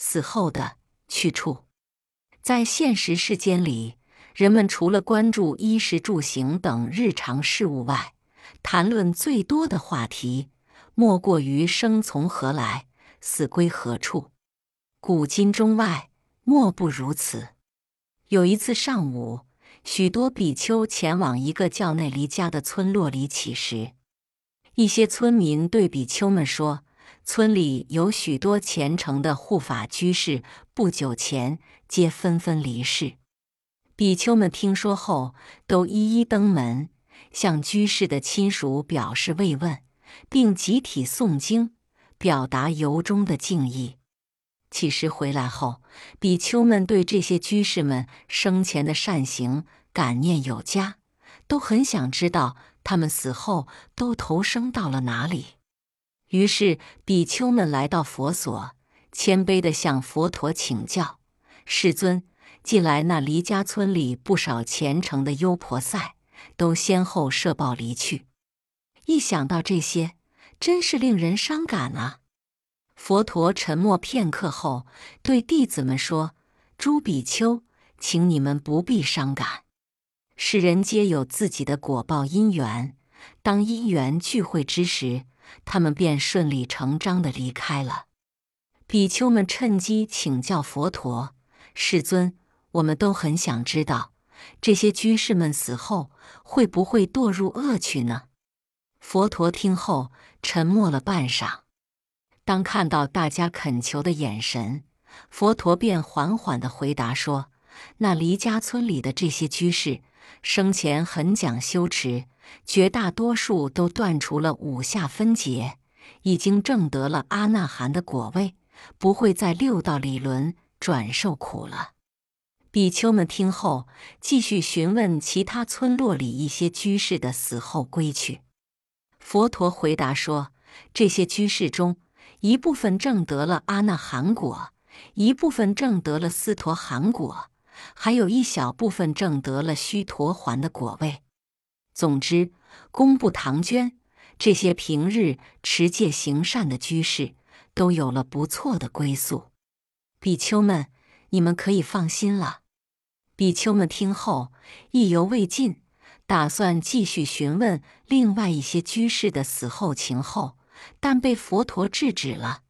死后的去处。在现实世间里，人们除了关注衣食住行等日常事务外，谈论最多的话题，莫过于生从何来，死归何处。古今中外，莫不如此。有一次上午，许多比丘前往一个叫内离家的村落里乞食。一些村民对比丘们说，村里有许多虔诚的护法居士，不久前皆纷纷离世。比丘们听说后，都一一登门，向居士的亲属表示慰问，并集体诵经，表达由衷的敬意。乞食回来后，比丘们对这些居士们生前的善行感念有加，都很想知道他们死后都投生到了哪里。于是比丘们来到佛所，谦卑地向佛陀请教：世尊，近来那离家村里不少虔诚的优婆塞都先后摄报离去，一想到这些，真是令人伤感啊。佛陀沉默片刻后，对弟子们说：诸比丘，请你们不必伤感。世人皆有自己的果报因缘，当因缘聚会之时，他们便顺理成章地离开了。比丘们趁机请教佛陀：世尊，我们都很想知道，这些居士们死后会不会堕入恶趣呢？佛陀听后沉默了半晌，当看到大家恳求的眼神，佛陀便缓缓地回答说：那离家村里的这些居士，生前很讲修持，绝大多数都断除了五下分解，已经证得了阿那含的果位，不会在六道里轮转受苦了。比丘们听后，继续询问其他村落里一些居士的死后归去。佛陀回答说：这些居士中，一部分证得了阿那含果，一部分证得了斯陀含果，还有一小部分证得了须陀洹的果位。总之，功不唐捐，这些平日持戒行善的居士都有了不错的归宿。比丘们，你们可以放心了。比丘们听后意犹未尽，打算继续询问另外一些居士的死后情后，但被佛陀制止了。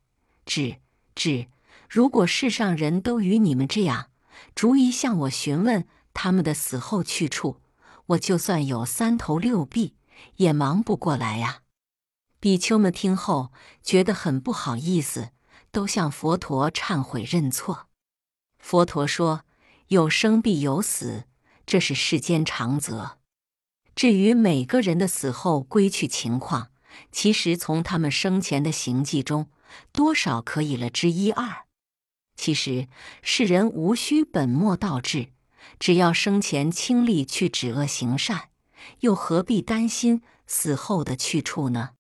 如果世上人都与你们这样，逐一向我询问他们的死后去处，我就算有三头六臂，也忙不过来呀。比丘们听后觉得很不好意思，都向佛陀忏悔认错。佛陀说：有生必有死，这是世间常则。至于每个人的死后归去情况，其实从他们生前的行迹中，多少可以了知一二。其实世人无需本末倒置，只要生前倾力去止恶行善，又何必担心死后的去处呢？